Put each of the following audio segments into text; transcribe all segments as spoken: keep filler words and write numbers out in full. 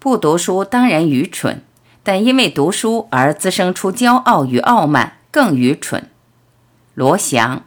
不读书当然愚蠢，但因为读书而滋生出骄傲与傲慢更愚蠢。罗翔。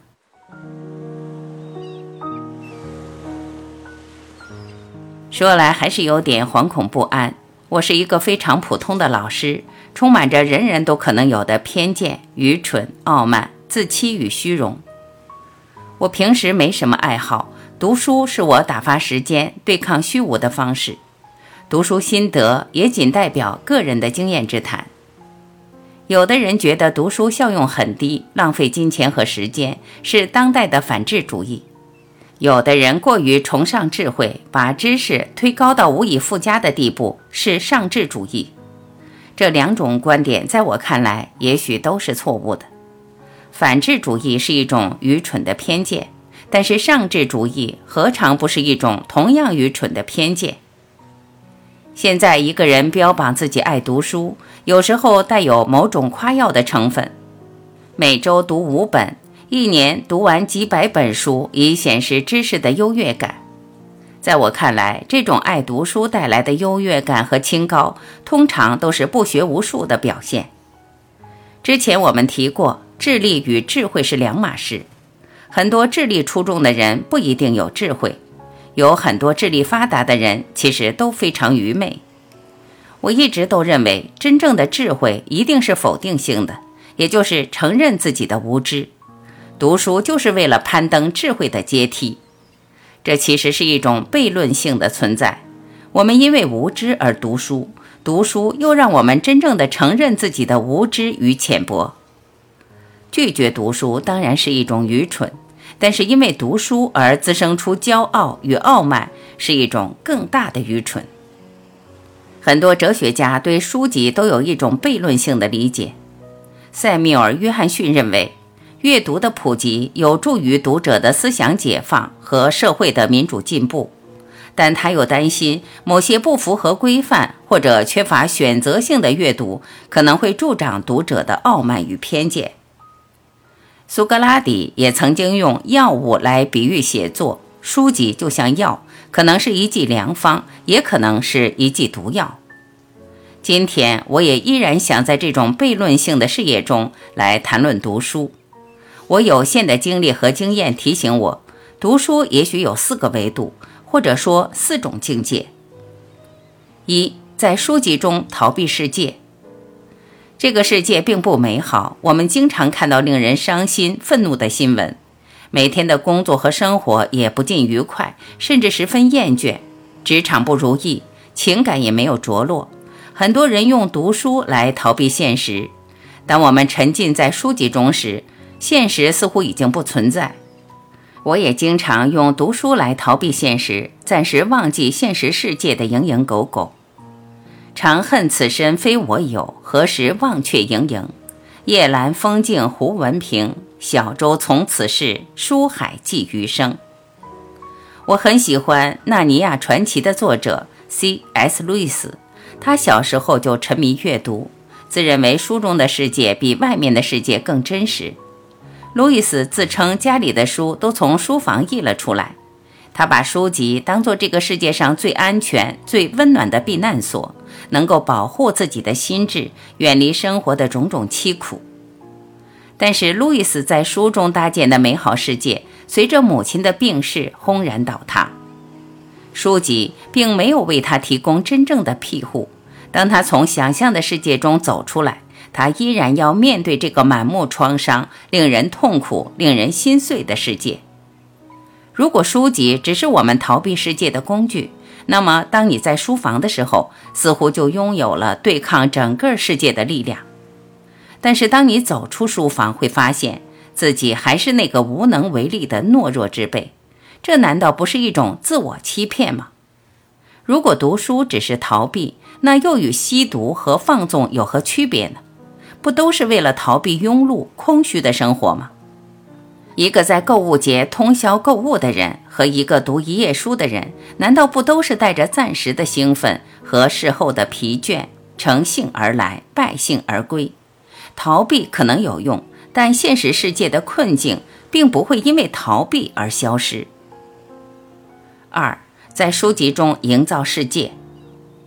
说来还是有点惶恐不安，我是一个非常普通的老师，充满着人人都可能有的偏见、愚蠢、傲慢、自欺与虚荣。我平时没什么爱好，读书是我打发时间、对抗虚无的方式。读书心得也仅代表个人的经验之谈。有的人觉得读书效用很低，浪费金钱和时间，是当代的反智主义。有的人过于崇尚智慧，把知识推高到无以复加的地步，是上智主义。这两种观点在我看来也许都是错误的。反智主义是一种愚蠢的偏见，但是上智主义何尝不是一种同样愚蠢的偏见？现在一个人标榜自己爱读书，有时候带有某种夸耀的成分。每周读五本，一年读完几百本书，以显示知识的优越感。在我看来，这种爱读书带来的优越感和清高，通常都是不学无术的表现。之前我们提过，智力与智慧是两码事。很多智力出众的人不一定有智慧，有很多智力发达的人其实都非常愚昧。我一直都认为，真正的智慧一定是否定性的，也就是承认自己的无知。读书就是为了攀登智慧的阶梯，这其实是一种悖论性的存在。我们因为无知而读书，读书又让我们真正的承认自己的无知与浅薄。拒绝读书当然是一种愚蠢，但是因为读书而滋生出骄傲与傲慢，是一种更大的愚蠢。很多哲学家对书籍都有一种悖论性的理解。塞缪尔·约翰逊认为，阅读的普及有助于读者的思想解放和社会的民主进步，但他又担心某些不符合规范或者缺乏选择性的阅读可能会助长读者的傲慢与偏见。苏格拉底也曾经用药物来比喻写作，书籍就像药，可能是一剂良方，也可能是一剂毒药。今天我也依然想在这种悖论性的视野中来谈论读书。我有限的经历和经验提醒我，读书也许有四个维度，或者说四种境界。一，在书籍中逃避世界。这个世界并不美好，我们经常看到令人伤心、愤怒的新闻，每天的工作和生活也不尽愉快，甚至十分厌倦，职场不如意，情感也没有着落。很多人用读书来逃避现实。当我们沉浸在书籍中时，现实似乎已经不存在。我也经常用读书来逃避现实，暂时忘记现实世界的蝇营狗苟。常恨此身非我有，何时忘却营营。夜阑风静胡文平，小舟从此逝，书海寄余生。我很喜欢《纳尼亚传奇》的作者 C S 路易斯，他小时候就沉迷阅读，自认为书中的世界比外面的世界更真实。路易斯自称家里的书都从书房溢了出来，他把书籍当作这个世界上最安全、最温暖的避难所，能够保护自己的心智，远离生活的种种凄苦。但是路易斯在书中搭建的美好世界，随着母亲的病逝轰然倒塌。书籍并没有为他提供真正的庇护，当他从想象的世界中走出来，他依然要面对这个满目创伤、令人痛苦、令人心碎的世界。如果书籍只是我们逃避世界的工具，那么当你在书房的时候，似乎就拥有了对抗整个世界的力量。但是当你走出书房，会发现自己还是那个无能为力的懦弱之辈，这难道不是一种自我欺骗吗？如果读书只是逃避，那又与吸毒和放纵有何区别呢？不都是为了逃避庸碌、空虚的生活吗？一个在购物节通宵购物的人和一个读一页书的人，难道不都是带着暂时的兴奋和事后的疲倦，乘兴而来，败兴而归？逃避可能有用，但现实世界的困境并不会因为逃避而消失。二，在书籍中营造世界。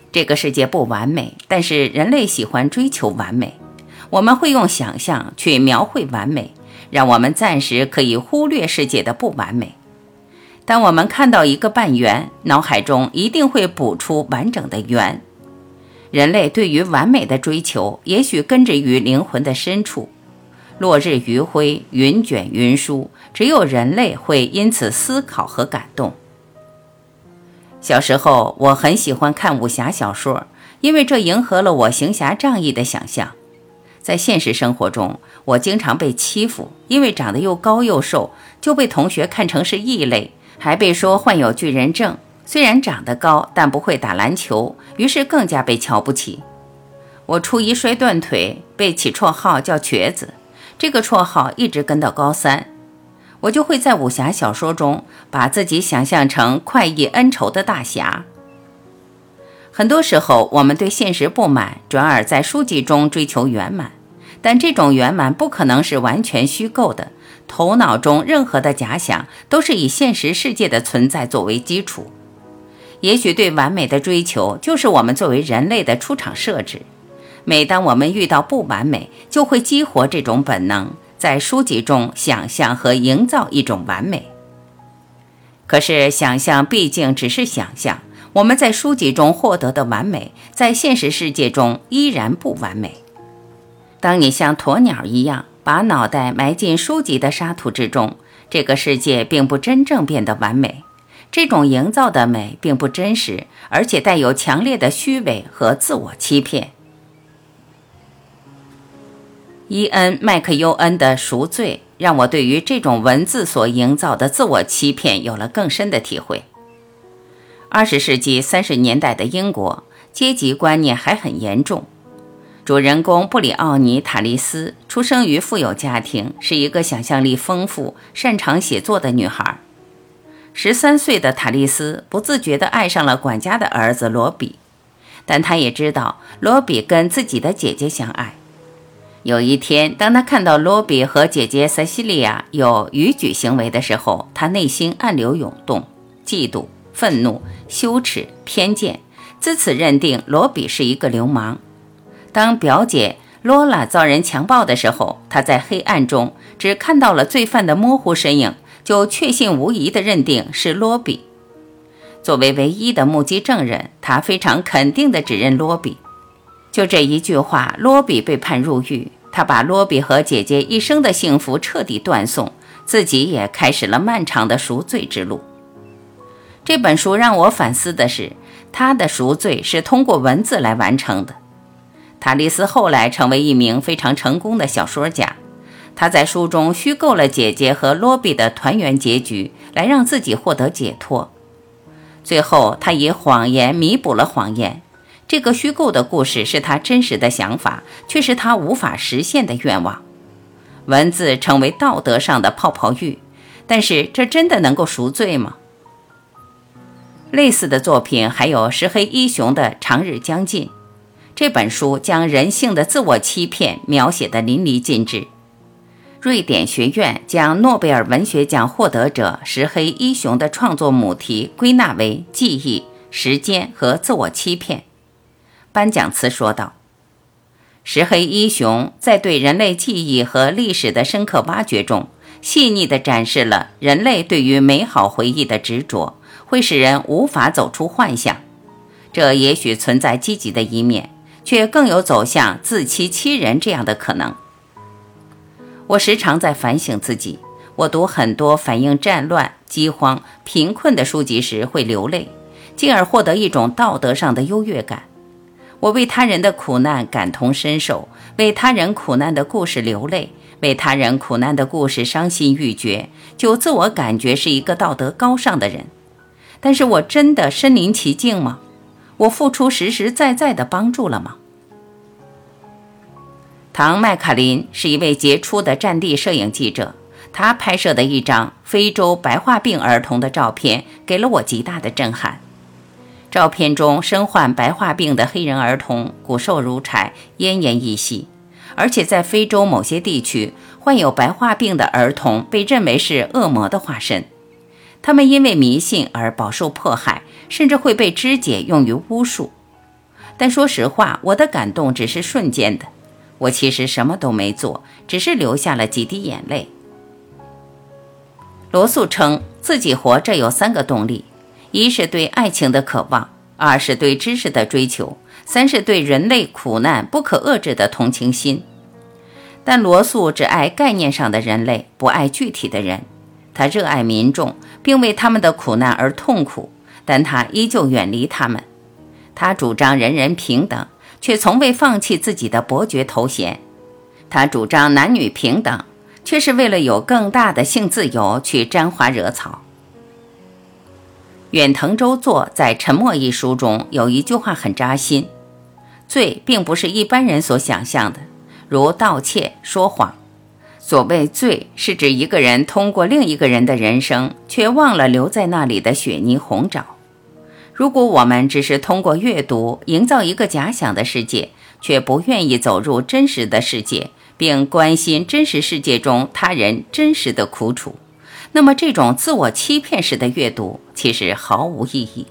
这个世界不完美，但是人类喜欢追求完美。我们会用想象去描绘完美，让我们暂时可以忽略世界的不完美。当我们看到一个半圆，脑海中一定会补出完整的圆。人类对于完美的追求，也许根植于灵魂的深处。落日余晖，云卷云舒，只有人类会因此思考和感动。小时候，我很喜欢看武侠小说，因为这迎合了我行侠仗义的想象。在现实生活中，我经常被欺负，因为长得又高又瘦，就被同学看成是异类，还被说患有巨人症。虽然长得高，但不会打篮球，于是更加被瞧不起。我初一摔断腿，被起绰号叫瘸子，这个绰号一直跟到高三。我就会在武侠小说中把自己想象成快意恩仇的大侠。很多时候，我们对现实不满，转而在书籍中追求圆满，但这种圆满不可能是完全虚构的，头脑中任何的假想都是以现实世界的存在作为基础。也许对完美的追求就是我们作为人类的出场设置。每当我们遇到不完美，就会激活这种本能，在书籍中想象和营造一种完美。可是想象毕竟只是想象，我们在书籍中获得的完美，在现实世界中依然不完美。当你像鸵鸟一样把脑袋埋进书籍的沙土之中，这个世界并不真正变得完美。这种营造的美并不真实，而且带有强烈的虚伪和自我欺骗。伊恩·麦克尤恩的《赎罪》让我对于这种文字所营造的自我欺骗有了更深的体会。二十世纪三十年代的英国，阶级观念还很严重。主人公布里奥尼·塔利斯出生于富有家庭，是一个想象力丰富、擅长写作的女孩。十三岁的塔利斯不自觉地爱上了管家的儿子罗比，但她也知道罗比跟自己的姐姐相爱。有一天，当他看到罗比和姐姐塞西利亚有逾矩行为的时候，他内心暗流涌动，嫉妒、愤怒、羞耻、偏见，自此认定罗比是一个流氓。当表姐罗拉遭人强暴的时候，他在黑暗中只看到了罪犯的模糊身影，就确信无疑地认定是罗比。作为唯一的目击证人，他非常肯定地指认罗比。就这一句话，罗比被判入狱，他把罗比和姐姐一生的幸福彻底断送，自己也开始了漫长的赎罪之路。这本书让我反思的是，他的赎罪是通过文字来完成的。塔利斯后来成为一名非常成功的小说家，他在书中虚构了姐姐和罗比的团圆结局，来让自己获得解脱。最后，他以谎言弥补了谎言。这个虚构的故事是他真实的想法，却是他无法实现的愿望。文字成为道德上的泡泡浴，但是这真的能够赎罪吗？类似的作品还有石黑一雄的《长日将近》，这本书将人性的自我欺骗描写得淋漓尽致。瑞典学院将诺贝尔文学奖获得者石黑一雄的创作母题归纳为记忆、时间和自我欺骗。颁奖词说道，石黑一雄在对人类记忆和历史的深刻挖掘中，细腻地展示了人类对于美好回忆的执着，会使人无法走出幻想。这也许存在积极的一面，却更有走向自欺欺人这样的可能。我时常在反省自己，我读很多反映战乱、饥荒、贫困的书籍时会流泪，进而获得一种道德上的优越感。我为他人的苦难感同身受，为他人苦难的故事流泪，为他人苦难的故事伤心欲绝，就自我感觉是一个道德高尚的人。但是我真的身临其境吗？我付出实实在在的帮助了吗？唐麦卡林是一位杰出的战地摄影记者，他拍摄的一张非洲白化病儿童的照片给了我极大的震撼。照片中身患白化病的黑人儿童骨瘦如柴，奄奄一息，而且在非洲某些地区，患有白化病的儿童被认为是恶魔的化身，他们因为迷信而饱受迫害，甚至会被肢解用于巫术。 但说实话，我的感动只是瞬间的，我其实什么都没做，只是流下了几滴眼泪。罗素称自己活着有三个动力，一是对爱情的渴望，二是对知识的追求，三是对人类苦难不可遏制的同情心。但罗素只爱概念上的人类，不爱具体的人。他热爱民众，并为他们的苦难而痛苦，但他依旧远离他们。他主张人人平等，却从未放弃自己的伯爵头衔。他主张男女平等，却是为了有更大的性自由去沾花惹草。远藤周作在《沉默》一书中有一句话很扎心：罪并不是一般人所想象的，如盗窃、说谎。所谓罪，是指一个人通过另一个人的人生，却忘了留在那里的雪泥红沼。如果我们只是通过阅读营造一个假想的世界，却不愿意走入真实的世界，并关心真实世界中他人真实的苦楚，那么这种自我欺骗式的阅读其实毫无意义。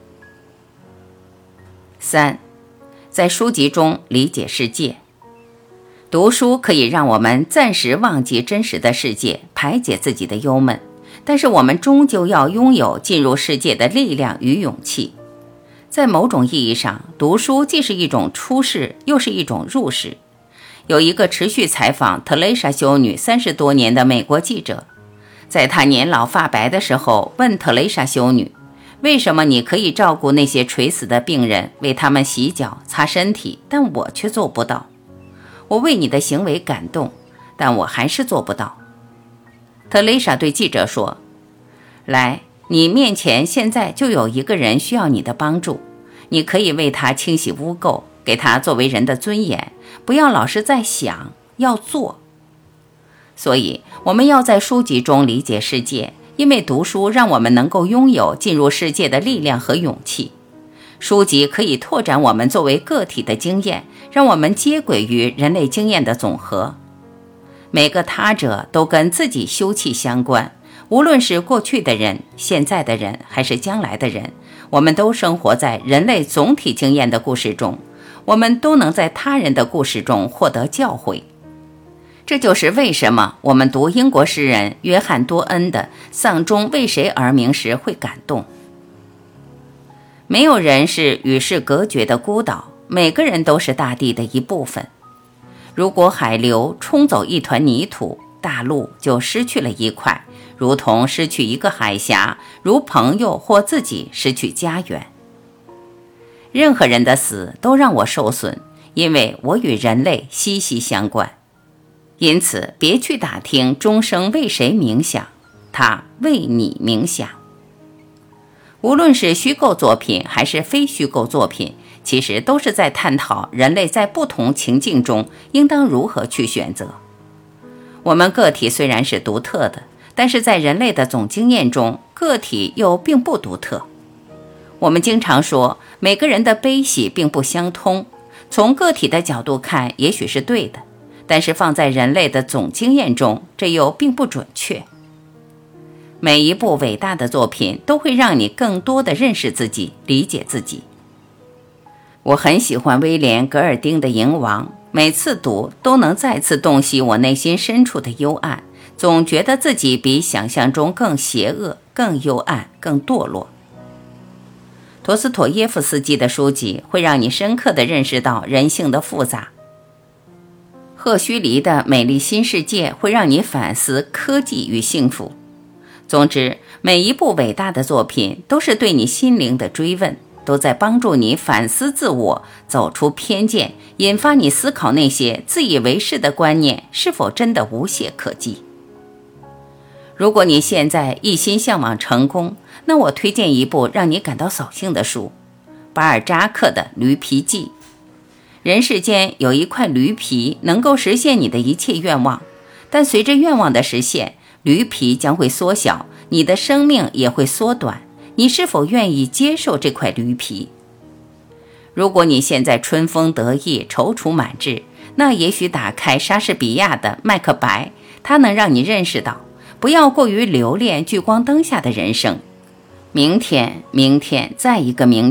三，在书籍中理解世界。读书可以让我们暂时忘记真实的世界，排解自己的忧闷，但是我们终究要拥有进入世界的力量与勇气。在某种意义上，读书既是一种出世，又是一种入世。有一个持续采访特蕾莎修女三十多年的美国记者，在她年老发白的时候，问特蕾莎修女：为什么你可以照顾那些垂死的病人，为他们洗脚、擦身体，但我却做不到？我为你的行为感动，但我还是做不到。特蕾莎对记者说：来，你面前现在就有一个人需要你的帮助，你可以为他清洗污垢，给他作为人的尊严，不要老是在想，要做。所以我们要在书籍中理解世界，因为读书让我们能够拥有进入世界的力量和勇气。书籍可以拓展我们作为个体的经验，让我们接轨于人类经验的总和。每个他者都跟自己休戚相关，无论是过去的人、现在的人，还是将来的人，我们都生活在人类总体经验的故事中，我们都能在他人的故事中获得教诲。这就是为什么我们读英国诗人约翰多恩的《丧钟为谁而鸣》时会感动。没有人是与世隔绝的孤岛，每个人都是大地的一部分。如果海流冲走一团泥土，大陆就失去了一块，如同失去一个海峡，如朋友或自己失去家园。任何人的死都让我受损，因为我与人类息息相关。因此，别去打听钟声为谁鸣响，它为你鸣响。无论是虚构作品还是非虚构作品，其实都是在探讨人类在不同情境中应当如何去选择。我们个体虽然是独特的，但是在人类的总经验中，个体又并不独特。我们经常说每个人的悲喜并不相通，从个体的角度看也许是对的，但是放在人类的总经验中，这又并不准确。每一部伟大的作品都会让你更多地认识自己，理解自己。我很喜欢威廉·格尔丁的《蝇王》，每次读都能再次洞悉我内心深处的幽暗，总觉得自己比想象中更邪恶、更幽暗、更堕落。陀思妥耶夫斯基的书籍会让你深刻地认识到人性的复杂。赫胥黎的《美丽新世界》会让你反思科技与幸福。总之，每一部伟大的作品都是对你心灵的追问，都在帮助你反思自我，走出偏见，引发你思考那些自以为是的观念是否真的无懈可击。如果你现在一心向往成功，那我推荐一部让你感到扫兴的书，巴尔扎克的《驴皮记》。人世间有一块驴皮能够实现你的一切愿望，但随着愿望的实现，驴皮将会缩小，你的生命也会缩短，你是否愿意接受这块驴皮？如果你现在春风得意，踌躇满志，那也许打开莎士比亚的《麦克白》，它能让你认识到，不要过于留恋聚光灯下的人生。明天，明天，再一个明天，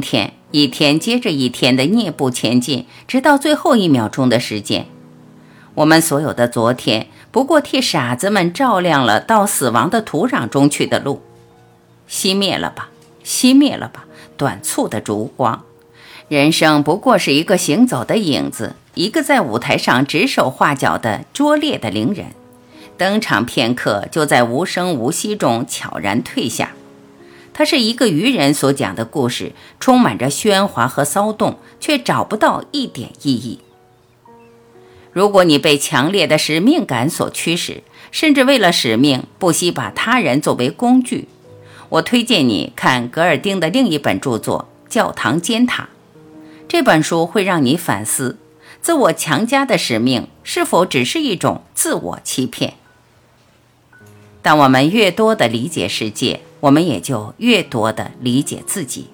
一天接着一天的蹑步前进，直到最后一秒钟的时间。我们所有的昨天，不过替傻子们照亮了到死亡的土壤中去的路。熄灭了吧，熄灭了吧，短促的烛光。人生不过是一个行走的影子，一个在舞台上指手画脚的拙劣的伶人，登场片刻，就在无声无息中悄然退下。它是一个愚人所讲的故事，充满着喧哗和骚动，却找不到一点意义。如果你被强烈的使命感所驱使，甚至为了使命不惜把他人作为工具，我推荐你看格尔丁的另一本著作《教堂尖塔》。这本书会让你反思，自我强加的使命是否只是一种自我欺骗。当我们越多地理解世界，我们也就越多地理解自己。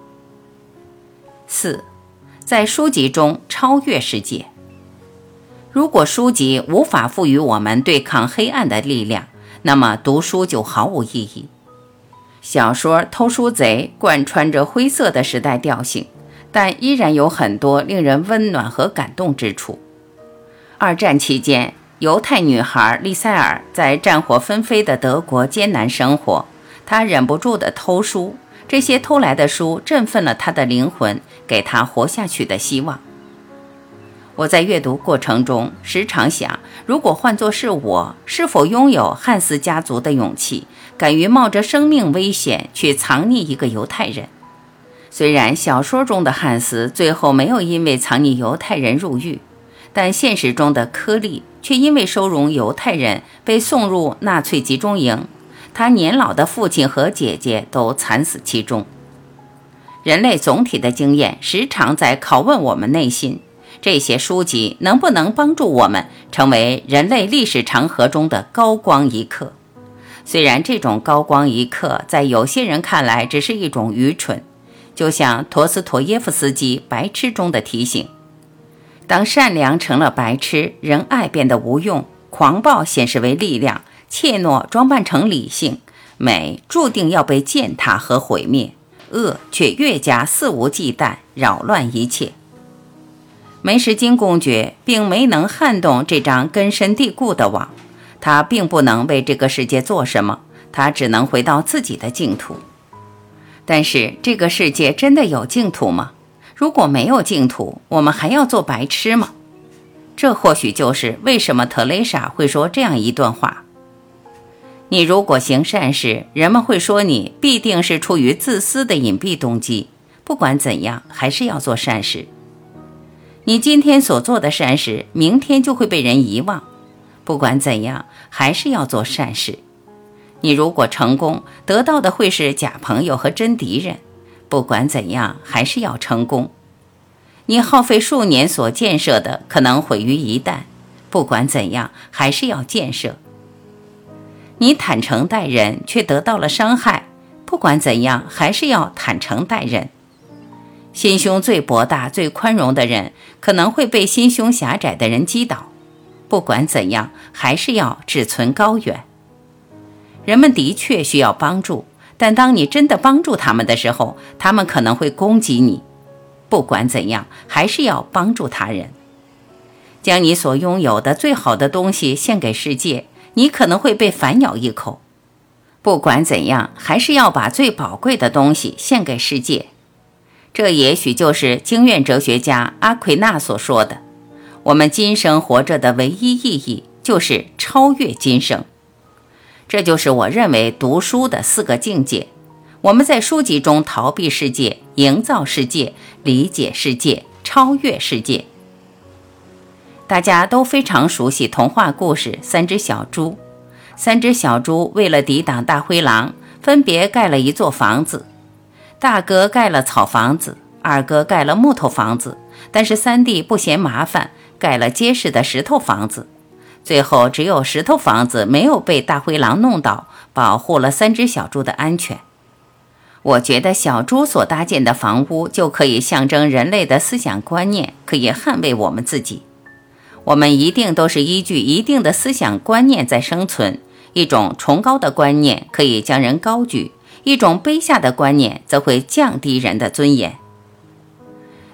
四，在书籍中超越世界。如果书籍无法赋予我们对抗黑暗的力量，那么读书就毫无意义。小说《偷书贼》贯穿着灰色的时代调性，但依然有很多令人温暖和感动之处。二战期间，犹太女孩丽塞尔在战火纷飞的德国艰难生活，她忍不住地偷书，这些偷来的书振奋了她的灵魂，给她活下去的希望。我在阅读过程中时常想，如果换作是我，是否拥有汉斯家族的勇气，敢于冒着生命危险去藏匿一个犹太人。虽然小说中的汉斯最后没有因为藏匿犹太人入狱，但现实中的柯利却因为收容犹太人被送入纳粹集中营，他年老的父亲和姐姐都惨死其中。人类总体的经验时常在拷问我们内心，这些书籍能不能帮助我们成为人类历史长河中的高光一刻？虽然这种高光一刻在有些人看来只是一种愚蠢，就像陀思妥耶夫斯基《白痴》中的提醒，当善良成了白痴，仁爱变得无用，狂暴显示为力量，怯懦装扮成理性，美注定要被践踏和毁灭，恶却越加肆无忌惮，扰乱一切。梅什金公爵并没能撼动这张根深蒂固的网，他并不能为这个世界做什么，他只能回到自己的净土。但是这个世界真的有净土吗？如果没有净土，我们还要做白痴吗？这或许就是为什么特蕾莎会说这样一段话：你如果行善事，人们会说你必定是出于自私的隐蔽动机，不管怎样，还是要做善事。你今天所做的善事，明天就会被人遗忘，不管怎样，还是要做善事。你如果成功，得到的会是假朋友和真敌人，不管怎样，还是要成功。你耗费数年所建设的，可能毁于一旦，不管怎样，还是要建设。你坦诚待人，却得到了伤害，不管怎样，还是要坦诚待人。心胸最博大、最宽容的人，可能会被心胸狭窄的人击倒，不管怎样，还是要志存高远。人们的确需要帮助，但当你真的帮助他们的时候，他们可能会攻击你。不管怎样，还是要帮助他人。将你所拥有的最好的东西献给世界，你可能会被反咬一口。不管怎样，还是要把最宝贵的东西献给世界。这也许就是经验哲学家阿奎那所说的，我们今生活着的唯一意义就是超越今生。这就是我认为读书的四个境界。我们在书籍中逃避世界，营造世界，理解世界，超越世界。大家都非常熟悉童话故事《三只小猪》。三只小猪为了抵挡大灰狼，分别盖了一座房子。大哥盖了草房子，二哥盖了木头房子，但是三弟不嫌麻烦，盖了结实的石头房子。最后只有石头房子没有被大灰狼弄倒，保护了三只小猪的安全。我觉得小猪所搭建的房屋就可以象征人类的思想观念，可以捍卫我们自己。我们一定都是依据一定的思想观念在生存，一种崇高的观念可以将人高举，一种卑下的观念则会降低人的尊严。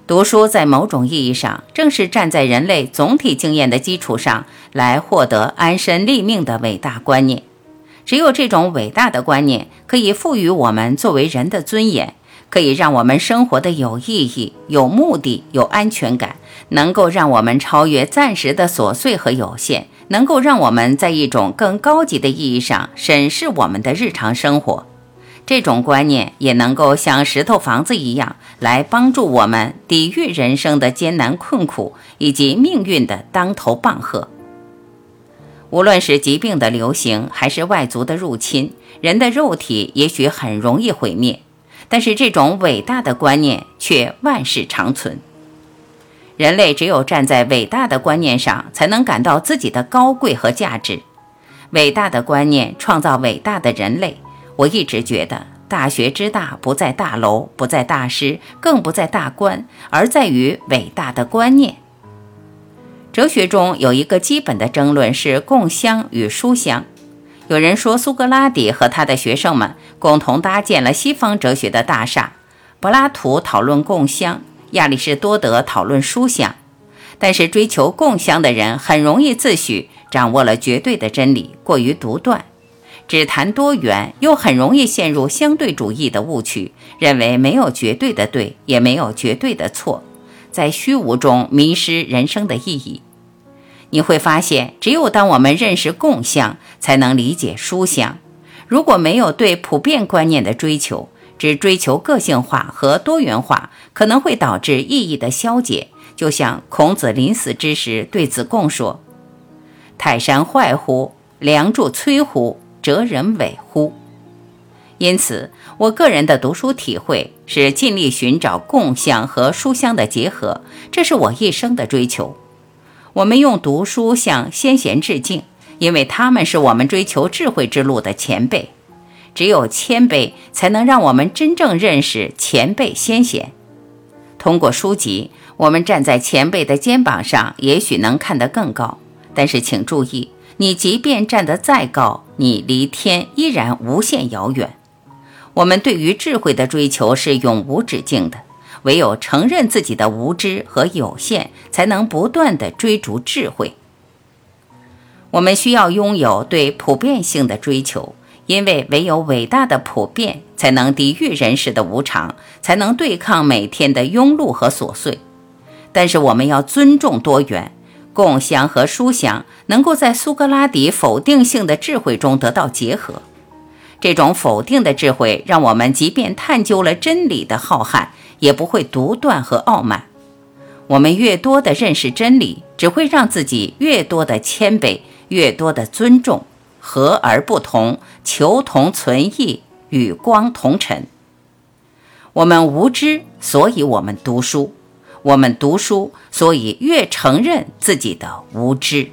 读书在某种意义上正是站在人类总体经验的基础上来获得安身立命的伟大观念。只有这种伟大的观念可以赋予我们作为人的尊严，可以让我们生活的有意义、有目的、有安全感，能够让我们超越暂时的琐碎和有限，能够让我们在一种更高级的意义上审视我们的日常生活。这种观念也能够像石头房子一样，来帮助我们抵御人生的艰难困苦以及命运的当头棒喝。无论是疾病的流行还是外族的入侵，人的肉体也许很容易毁灭，但是这种伟大的观念却万世长存。人类只有站在伟大的观念上，才能感到自己的高贵和价值。伟大的观念创造伟大的人类。我一直觉得，大学之大不在大楼，不在大师，更不在大官，而在于伟大的观念。哲学中有一个基本的争论是共襄与书襄。有人说苏格拉底和他的学生们共同搭建了西方哲学的大厦，柏拉图讨论共襄，亚里士多德讨论书襄。但是追求共襄的人很容易自诩掌握了绝对的真理，过于独断。只谈多元，又很容易陷入相对主义的误区，认为没有绝对的对，也没有绝对的错，在虚无中迷失人生的意义。你会发现，只有当我们认识共襄，才能理解书襄。如果没有对普遍观念的追求，只追求个性化和多元化，可能会导致意义的消解。就像孔子临死之时对子贡说：“泰山坏乎？梁柱摧乎？哲人伪乎？”因此，我个人的读书体会是尽力寻找共襄和书襄的结合，这是我一生的追求。我们用读书向先贤致敬，因为他们是我们追求智慧之路的前辈。只有谦卑，才能让我们真正认识前辈先贤。通过书籍，我们站在前辈的肩膀上，也许能看得更高。但是请注意，你即便站得再高，你离天依然无限遥远。我们对于智慧的追求是永无止境的，唯有承认自己的无知和有限，才能不断地追逐智慧。我们需要拥有对普遍性的追求，因为唯有伟大的普遍，才能抵御人世的无常，才能对抗每天的庸碌和琐碎。但是我们要尊重多元，共襄和书襄能够在苏格拉底否定性的智慧中得到结合。这种否定的智慧让我们即便探究了真理的浩瀚，也不会独断和傲慢。我们越多地认识真理，只会让自己越多的谦卑，越多的尊重，和而不同，求同存异，与光同尘。我们无知，所以我们读书。我们读书，所以越承认自己的无知。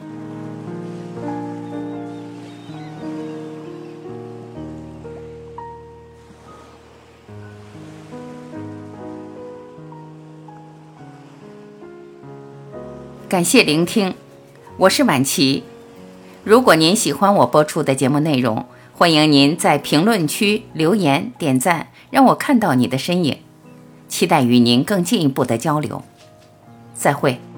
感谢聆听，我是婉琪。如果您喜欢我播出的节目内容，欢迎您在评论区留言点赞，让我看到你的身影。期待与您更进一步的交流。再会。